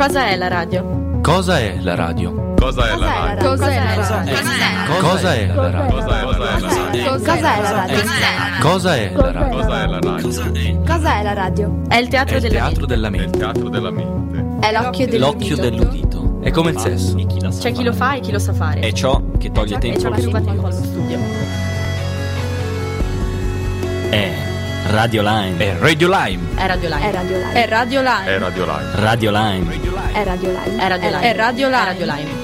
Cosa è la radio? Cosa è la radio? Cosa è la radio? Cosa è la radio? Cosa è la radio? Cosa è la radio? Cosa è la radio? Cosa è la radio? Cosa è la radio? È il teatro È il teatro della È il mente. teatro della mente. È l'occhio L'occhio dell'udito. È come il sesso. C'è chi lo fa e chi lo sa fare. È ciò che toglie E tempo ciò che ruba tempo allo studio. È Radio Lime. È Radio Lime. È Radio Lime. È Radio Lime. È Radio Live. Radio Lime. È Radio Lime. È Radio Lime. È Radio Lime. È Radio Lime.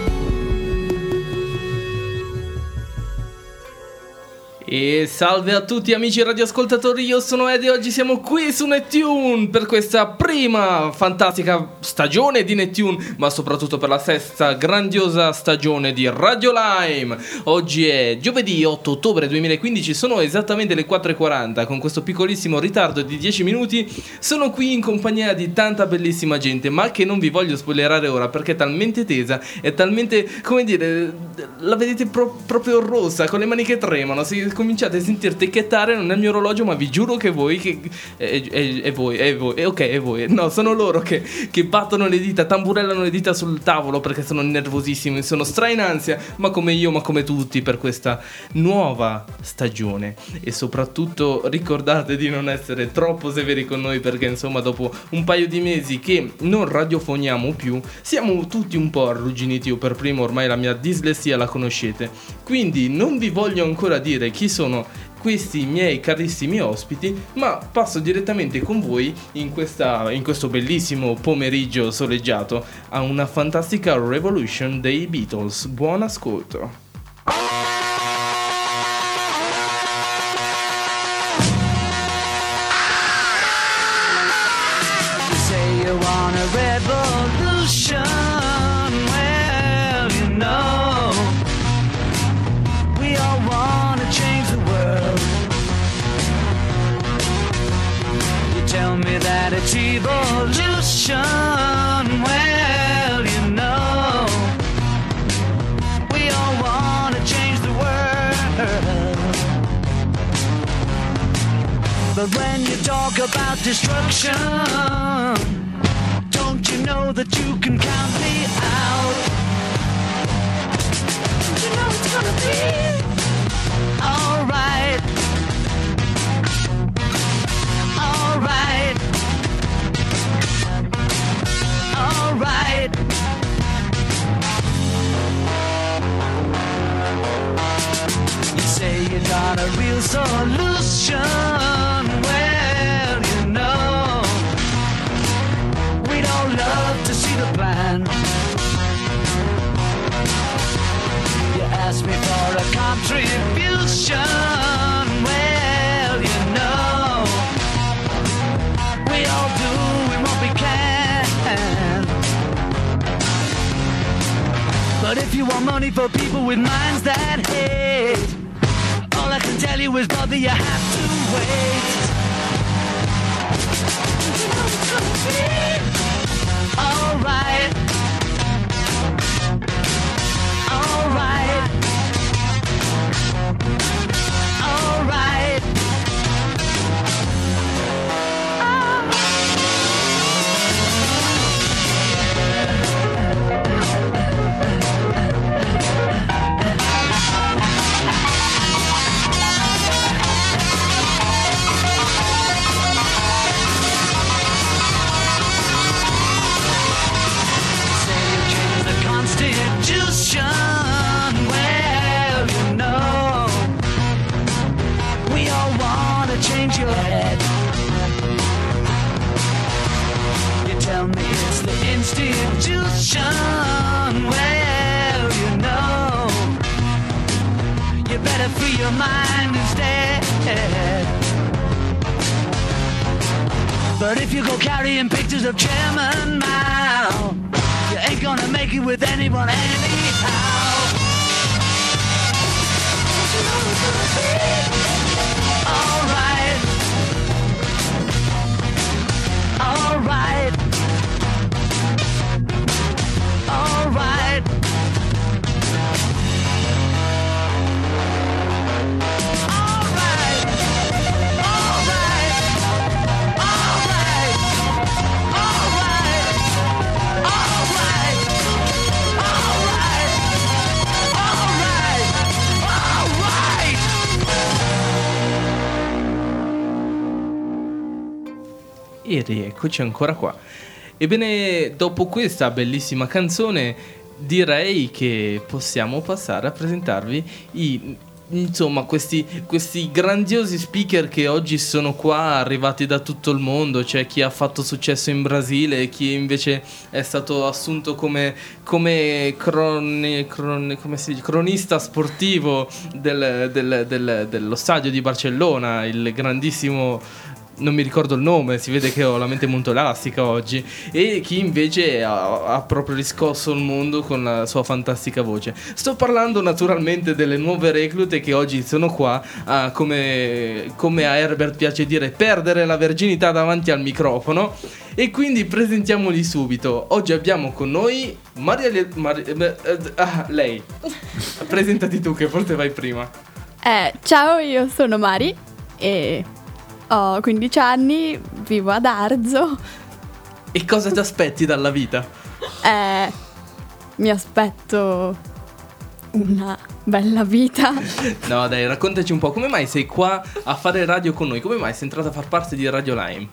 E salve a tutti amici radioascoltatori, io sono Ed e oggi siamo qui su Nettune per questa prima fantastica stagione di Nettune, ma soprattutto per la sesta grandiosa stagione di Radio Lime. Oggi è giovedì 8 ottobre 2015, sono esattamente le 4:40, con questo piccolissimo ritardo di 10 minuti. Sono qui in compagnia di tanta bellissima gente, ma che non vi voglio spoilerare ora perché è talmente tesa, è talmente, come dire, la vedete proprio rossa, con le mani che tremano, cominciate a sentir ticchettare, non è il mio orologio, ma vi giuro che voi è voi, no, sono loro che battono le dita, tamburellano le dita sul tavolo perché sono nervosissimi, sono stra in ansia, ma come io, ma come tutti, per questa nuova stagione. E soprattutto ricordate di non essere troppo severi con noi, perché insomma dopo un paio di mesi che non radiofoniamo più siamo tutti un po' arrugginiti. Io per primo, ormai la mia dislessia la conoscete, quindi non vi voglio ancora dire chi sono questi miei carissimi ospiti, ma passo direttamente con voi in questo bellissimo pomeriggio soleggiato a una fantastica Revolution dei Beatles. Buon ascolto. That it's evolution, well, you know, we all want to change the world. But when you talk about destruction, don't you know that you can count me out? Don't you know it's gonna be alright? Alright. Alright. You say you got a real solution. Well, you know, we'd all love to see the plan. You asked me for a contribution. Well, you know, we all do what we can. But if you want money for people with minds that hate, all I can tell you is, brother, you have to wait. You know it's gonna be alright. Alright. Alright. Constitution, well, you know, we all want to change your head. You tell me it's the institution, well, you know, you better free your mind instead. But if you go carrying pictures of Chairman Mao, you ain't gonna make it with anyone anyhow. You know it's gonna be alright. Alright. Alright. Alright. Alright. Alright. E rieccoci ancora qua. Ebbene, dopo questa bellissima canzone, direi che possiamo passare a presentarvi questi grandiosi speaker che oggi sono qua, arrivati da tutto il mondo. C'è chi ha fatto successo in Brasile, chi invece è stato assunto come cronista sportivo dello stadio di Barcellona, il grandissimo, non mi ricordo il nome, si vede che ho la mente molto elastica oggi, e chi invece ha proprio riscosso il mondo con la sua fantastica voce. Sto parlando naturalmente delle nuove reclute che oggi sono qua a, come a Herbert piace dire, perdere la verginità davanti al microfono, e quindi presentiamoli subito. Oggi abbiamo con noi lei. Presentati tu, che forse vai prima. Ciao, io sono Mari e ho 15 anni, vivo ad Arzo. E cosa ti aspetti dalla vita? Mi aspetto una bella vita. No dai, raccontaci un po', come mai sei qua a fare radio con noi? Come mai sei entrata a far parte di Radio Lime?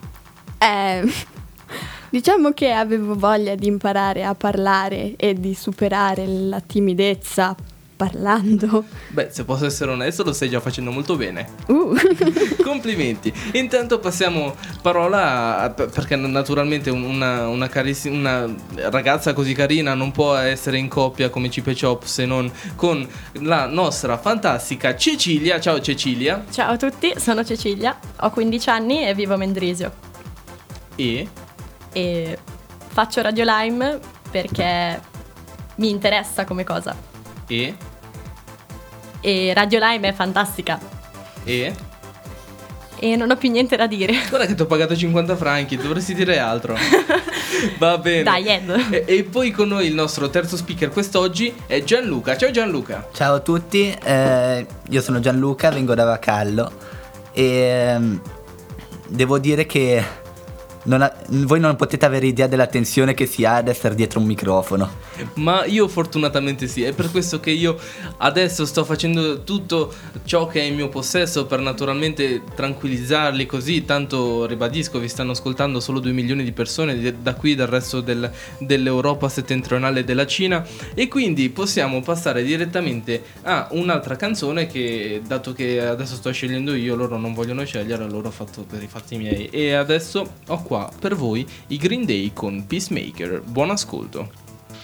Diciamo che avevo voglia di imparare a parlare e di superare la timidezza parlando. Beh, se posso essere onesto, lo stai già facendo molto bene. Complimenti. Intanto passiamo parola perché naturalmente una ragazza così carina non può essere in coppia come Cipe Chop se non con la nostra fantastica Cecilia. Ciao Cecilia. Ciao a tutti, sono Cecilia, ho 15 anni e vivo a Mendrisio. E faccio Radio Lime perché mi interessa come cosa. E Radio Lime è fantastica. E non ho più niente da dire. Guarda che ti ho pagato 50 franchi, dovresti dire altro. Va bene. Dai, Ed. E poi con noi il nostro terzo speaker quest'oggi è Gianluca. Ciao Gianluca. Ciao a tutti, io sono Gianluca, vengo da Vacallo e devo dire che voi non potete avere idea della tensione che si ha ad essere dietro un microfono. Ma io fortunatamente sì, è per questo che io adesso sto facendo tutto ciò che è in mio possesso per naturalmente tranquillizzarli, così tanto ribadisco, vi stanno ascoltando solo 2 milioni di persone da qui, dal resto dell'Europa settentrionale e della Cina, e quindi possiamo passare direttamente a un'altra canzone che, dato che adesso sto scegliendo io, loro non vogliono scegliere, loro ho fatto per i fatti miei, e adesso ho qua per voi i Green Day con Peacemaker. Buon ascolto.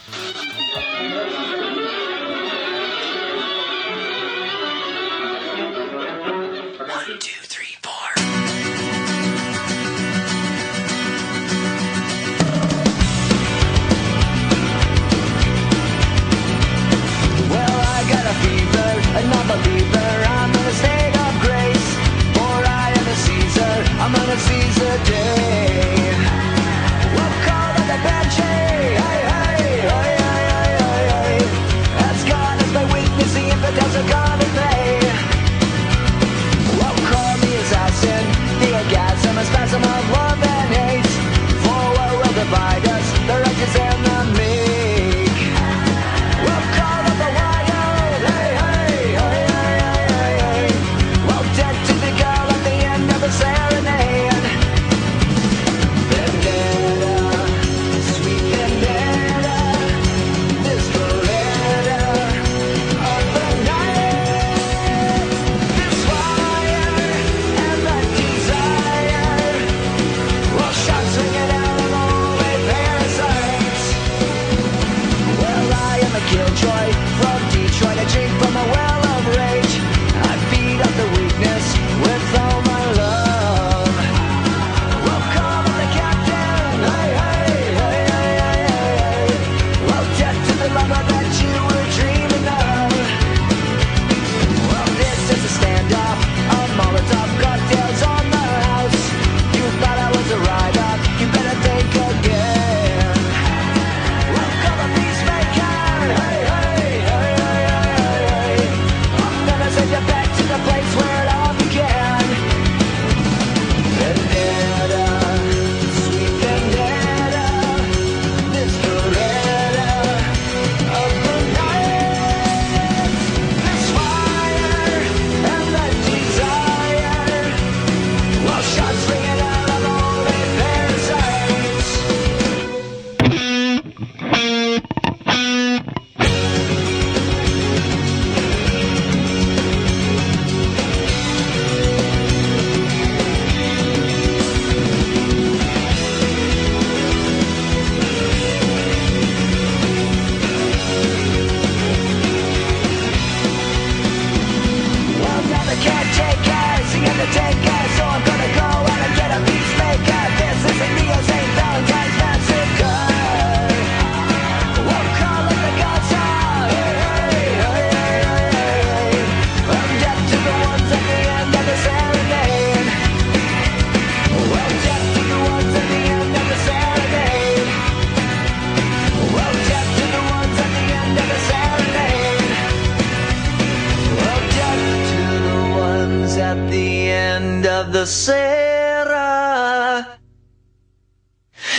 I'm on a Caesar day. What call it a banshee? Hey, hey.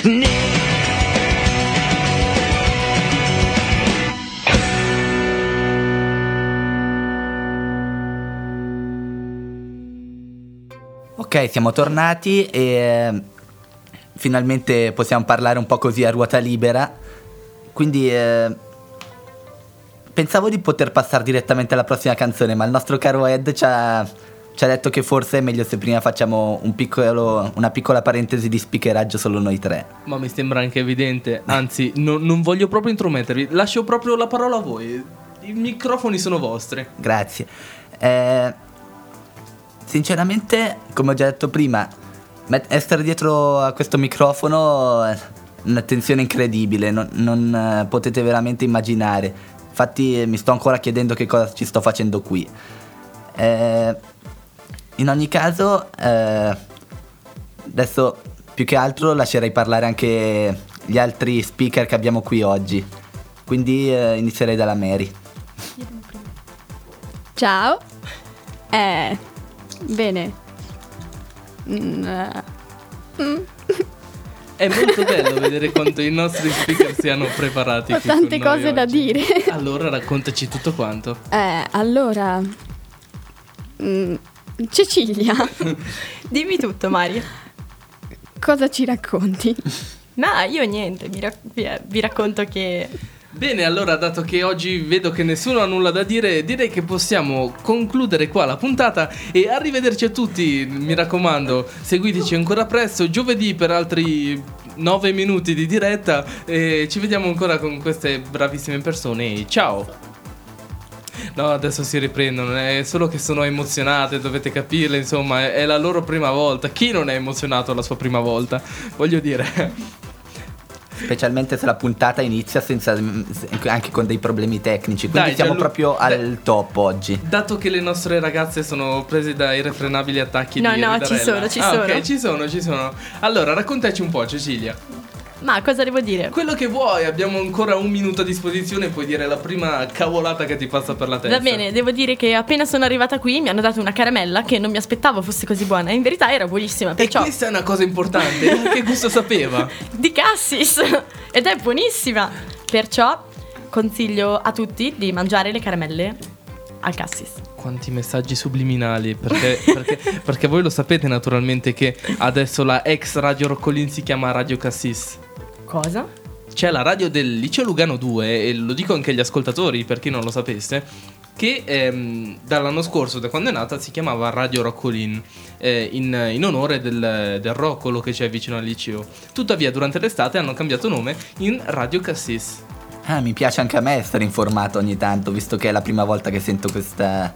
Ok, siamo tornati e finalmente possiamo parlare un po' così a ruota libera. Quindi pensavo di poter passare direttamente alla prossima canzone, ma il nostro caro Ed ci ha detto che forse è meglio se prima facciamo una piccola parentesi di speakeraggio solo noi tre. Ma mi sembra anche evidente, anzi non voglio proprio intromettervi, lascio proprio la parola a voi, i microfoni sono vostri. Grazie. Sinceramente, come ho già detto prima, essere dietro a questo microfono è un'attenzione incredibile, non potete veramente immaginare. Infatti mi sto ancora chiedendo che cosa ci sto facendo qui. In ogni caso, adesso più che altro lascerei parlare anche gli altri speaker che abbiamo qui oggi. Quindi inizierei dalla Mary. Ciao. Bene. È molto bello vedere quanto i nostri speaker siano preparati. Ho tante cose da oggi. dire. Allora raccontaci tutto quanto. Allora Cecilia, Dimmi tutto, Maria. cosa ci racconti? No, io niente, vi racconto che... Bene, allora dato che oggi vedo che nessuno ha nulla da dire, direi che possiamo concludere qua la puntata e arrivederci a tutti, mi raccomando, seguiteci ancora presto, giovedì per altri 9 minuti di diretta e ci vediamo ancora con queste bravissime persone, ciao! No, adesso si riprendono, è solo che sono emozionate, dovete capirle, insomma, è la loro prima volta, chi non è emozionato alla sua prima volta, voglio dire... Specialmente se la puntata inizia anche con dei problemi tecnici. Quindi Dai, siamo proprio al top oggi. Dato che le nostre ragazze sono prese da irrefrenabili attacchi di ridarella. ci sono. Ok, ci sono. Allora, raccontaci un po', Cecilia. Ma cosa devo dire? Quello che vuoi, abbiamo ancora un minuto a disposizione, puoi dire la prima cavolata che ti passa per la testa. Va bene, devo dire che appena sono arrivata qui mi hanno dato una caramella che non mi aspettavo fosse così buona. In verità era buonissima, perciò... E questa è una cosa importante, che gusto sapeva? Di Cassis! Ed è buonissima! Perciò consiglio a tutti di mangiare le caramelle al Cassis. Quanti messaggi subliminali, perché voi lo sapete naturalmente che adesso la ex Radio Roccolin si chiama Radio Cassis. Cosa? C'è la radio del Liceo Lugano 2, e lo dico anche agli ascoltatori per chi non lo sapesse, che dall'anno scorso, da quando è nata, si chiamava Radio Roccolin, in onore del roccolo che c'è vicino al liceo. Tuttavia durante l'estate hanno cambiato nome in Radio Cassis. Mi piace anche a me essere informato ogni tanto, visto che è la prima volta che sento questa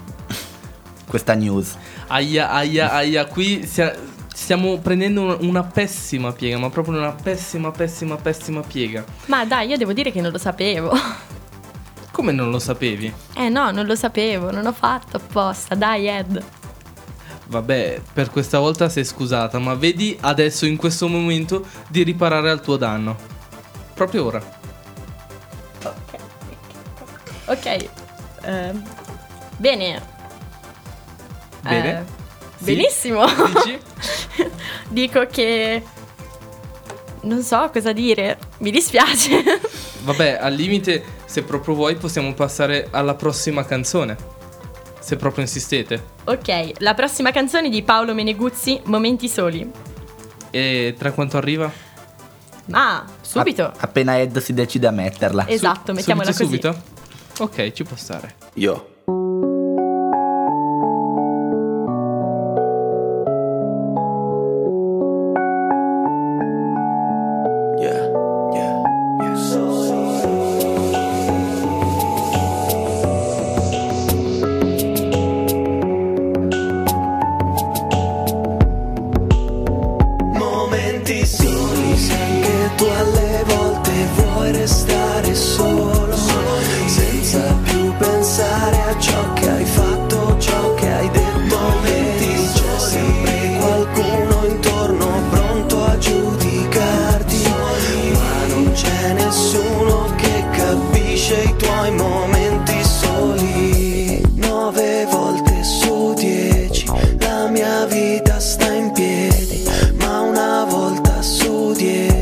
news. Aia, qui stiamo prendendo una pessima piega, ma proprio una pessima piega. Ma dai, io devo dire che non lo sapevo. Come non lo sapevi? No, non lo sapevo, non ho fatto apposta, dai Ed. Vabbè, per questa volta sei scusata, ma vedi adesso in questo momento di riparare al tuo danno. Proprio ora. Ok, bene. Bene? Sì. Benissimo. Dici? Dico che non so cosa dire, mi dispiace. Vabbè, al limite, se proprio vuoi, possiamo passare alla prossima canzone, se proprio insistete. Ok, la prossima canzone di Paolo Meneguzzi, Momenti Soli. E tra quanto arriva? Ma subito. Appena Ed si decide a metterla. Esatto, mettiamola così. Subito? Ok, ci può stare. Io. Momenti soli, sai che tu alle volte vuoi restare solo, senza più pensare a ciò che hai fatto, ciò che hai detto. Momenti c'è sempre qualcuno intorno pronto a giudicarti, ma non c'è nessuno che capisce i tuoi momenti soli. 9 volte su 10 la mia vita sta in piedi, ma una volta su 10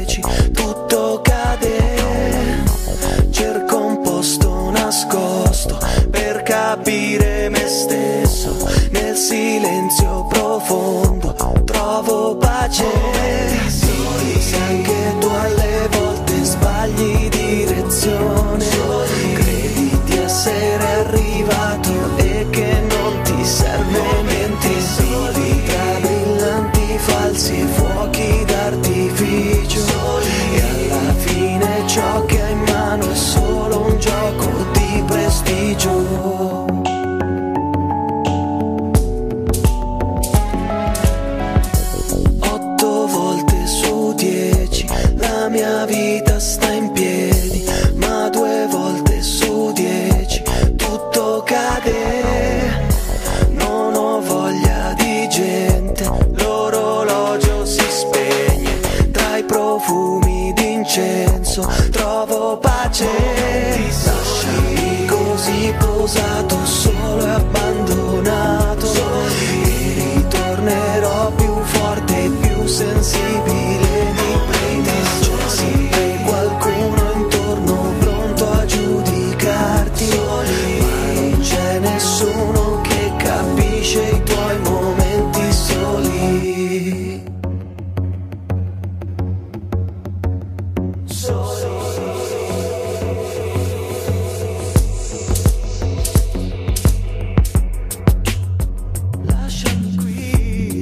profumi d'incenso, trovo pace. Lasciami così posato, solo e abbandonato, e ritornerò più forte e più sensibile di prima. C'è sempre qualcuno intorno pronto a giudicarti, ma non c'è nessuno che capisce i tuoi momenti soli. Lasciami qui.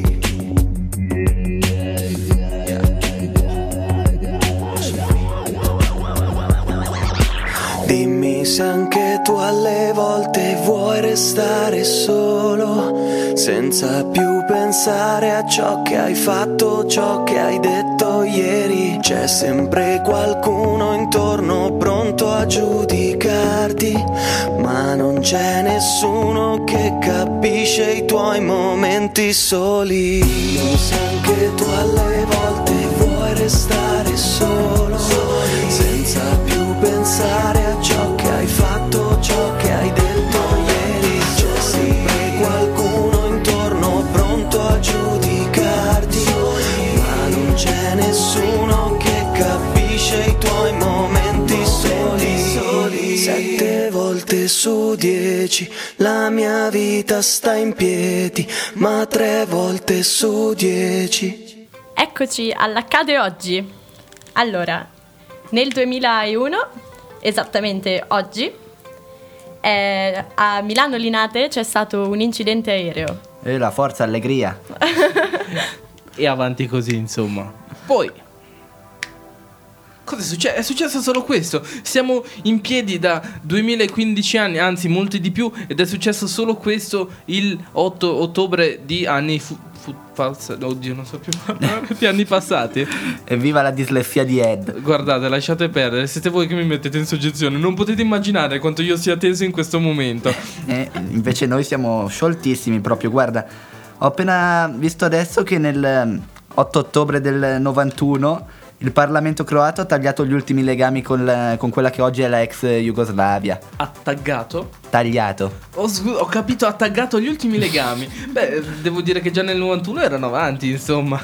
Dimmi se anche tu alle volte vuoi restare solo, senza più pensare a ciò che hai fatto, ciò che hai detto ieri. C'è sempre qualcuno intorno pronto a giudicarti, ma non c'è nessuno che capisce i tuoi momenti soli. Dimmi se anche tu alle volte vuoi restare solo, senza più pensare a ciò che hai fatto, ciò che hai detto ieri. C'è sempre qualcuno intorno pronto a giudicarti, ma non c'è nessuno che capisce i tuoi momenti soli. 7 volte su 10 la mia vita sta in piedi, ma 3 volte su 10. Eccoci all'Accade Oggi. Allora, nel 2001, esattamente oggi, a Milano Linate c'è stato un incidente aereo. E la forza, allegria. E avanti così, insomma. Poi, cosa è successo? È successo solo questo. Siamo in piedi da 2015 anni, anzi molti di più, ed è successo solo questo il 8 ottobre di anni oddio, non so più parlare, di anni passati. Evviva la dislessia di Ed. Guardate, lasciate perdere, siete voi che mi mettete in soggezione. Non potete immaginare quanto io sia teso in questo momento. Invece noi siamo scioltissimi proprio. Guarda, ho appena visto adesso che nel 8 ottobre del 91 il Parlamento croato ha tagliato gli ultimi legami con quella che oggi è la ex Jugoslavia. Ha taggato? Tagliato. Ho capito, ha taggato gli ultimi legami. Beh, devo dire che già nel 91 erano avanti, insomma.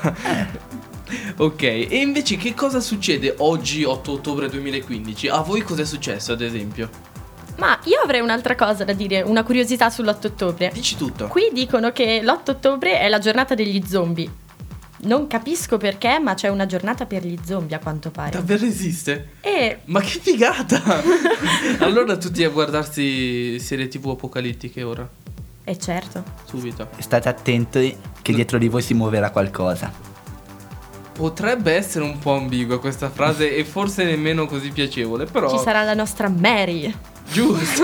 Ok, e invece che cosa succede oggi 8 ottobre 2015? A voi cosa è successo, ad esempio? Ma io avrei un'altra cosa da dire, una curiosità sull'8 ottobre. Dici tutto. Qui dicono che l'8 ottobre è la giornata degli zombie. Non capisco perché, ma c'è una giornata per gli zombie, a quanto pare. Davvero esiste? Ma che figata! Allora tutti a guardarsi serie TV apocalittiche ora. Certo. Subito. State attenti che dietro di voi si muoverà qualcosa. Potrebbe essere un po' ambigua questa frase e forse nemmeno così piacevole, però... Ci sarà la nostra Mary. Giusto.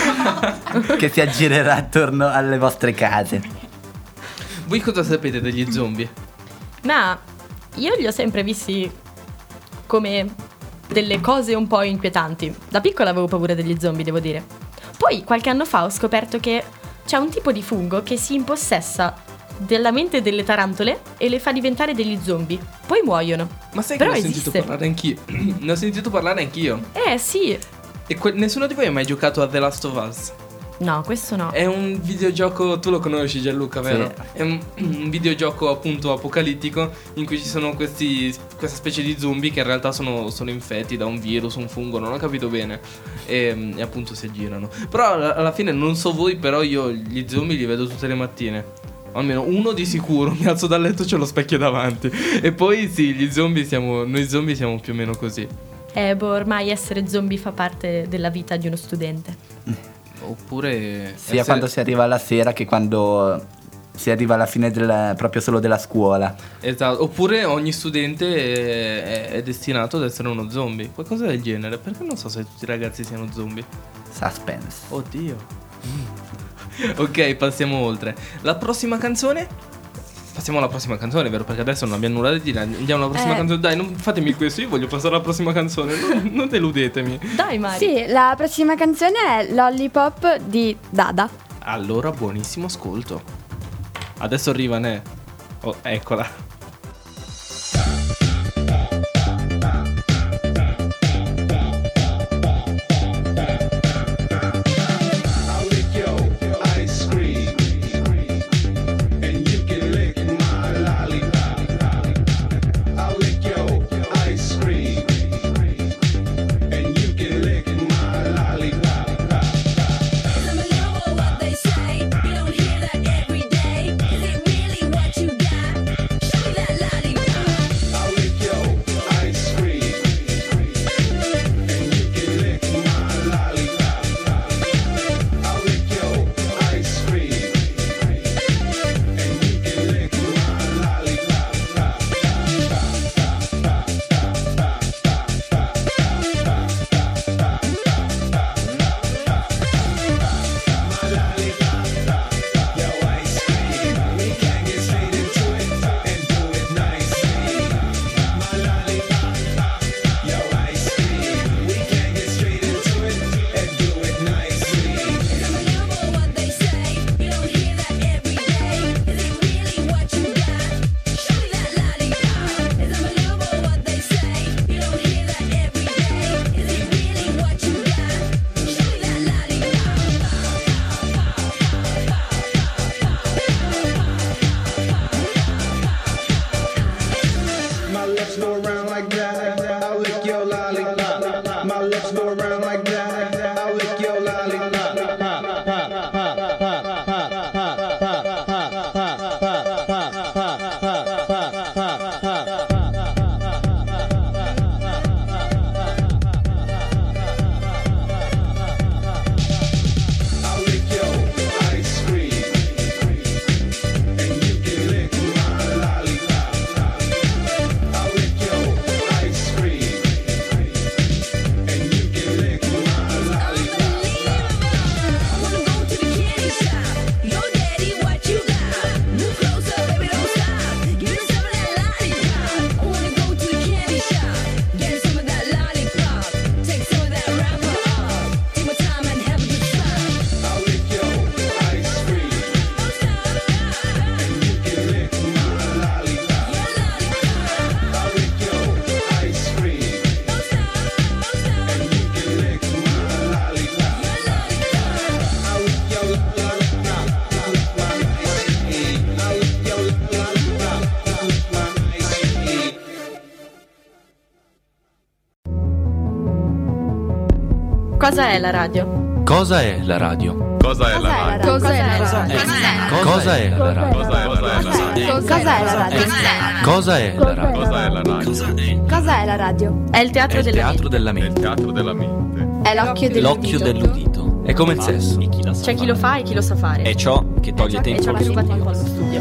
Che si aggirerà attorno alle vostre case. Voi cosa sapete degli zombie? Ma io li ho sempre visti come delle cose un po' inquietanti. Da piccola avevo paura degli zombie, devo dire. Poi qualche anno fa ho scoperto che c'è un tipo di fungo che si impossessa della mente delle tarantole e le fa diventare degli zombie. Poi muoiono. Ma sai che Però ne ho sentito parlare anch'io? Ne ho sentito parlare anch'io. Sì. E nessuno di voi ha mai giocato a The Last of Us? No, questo no. È un videogioco, tu lo conosci Gianluca, vero? Sì. È un videogioco appunto apocalittico in cui ci sono questa specie di zombie che in realtà sono infetti da un virus, un fungo, non ho capito bene. E appunto si aggirano. Però alla fine non so voi, però io gli zombie li vedo tutte le mattine. Almeno uno di sicuro, mi alzo dal letto, c'è lo specchio davanti. E poi sì, noi zombie siamo più o meno così. Ormai essere zombie fa parte della vita di uno studente. Oppure sia quando si arriva alla sera che quando si arriva alla fine proprio solo della scuola. Esatto. Oppure ogni studente è destinato ad essere uno zombie, qualcosa del genere. Perché non so se tutti i ragazzi siano zombie. Suspense. Oddio. Ok, passiamo oltre. La prossima canzone? Passiamo alla prossima canzone, vero? Perché adesso non abbiamo nulla da dire. Andiamo alla prossima canzone. Dai, non fatemi questo, io voglio passare alla prossima canzone. Non deludetemi. Dai, Mari. Sì, la prossima canzone è Lollipop di Dada. Allora, buonissimo ascolto. Adesso arriva, ne? Oh, eccola. around like that, I'll lick your lollipop. My lips go around like that, I'll lick your lollipop. Cosa è la radio? Cosa è la radio? Cosa è la radio? Cosa è la radio? Cosa è la radio? Cosa è la radio? Cosa è la radio? Cosa è la radio? Cosa è la radio? È il teatro della teatro della È il mente. teatro della mente. È l'occhio L'occhio dell'udito. È come il sesso. C'è chi lo fa e chi lo sa fare. È ciò che toglie E tempo ciò allo che ruba studio. tempo allo studio.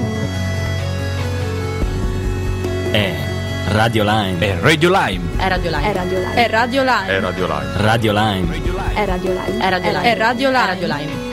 È Radio Lime. È Radio Lime. È Radio Live. È Radio Live. È Radio Live. È Radio Live. Radio Lime. È Radio Live. È Radio Live. È Radio Live. È Radio Live.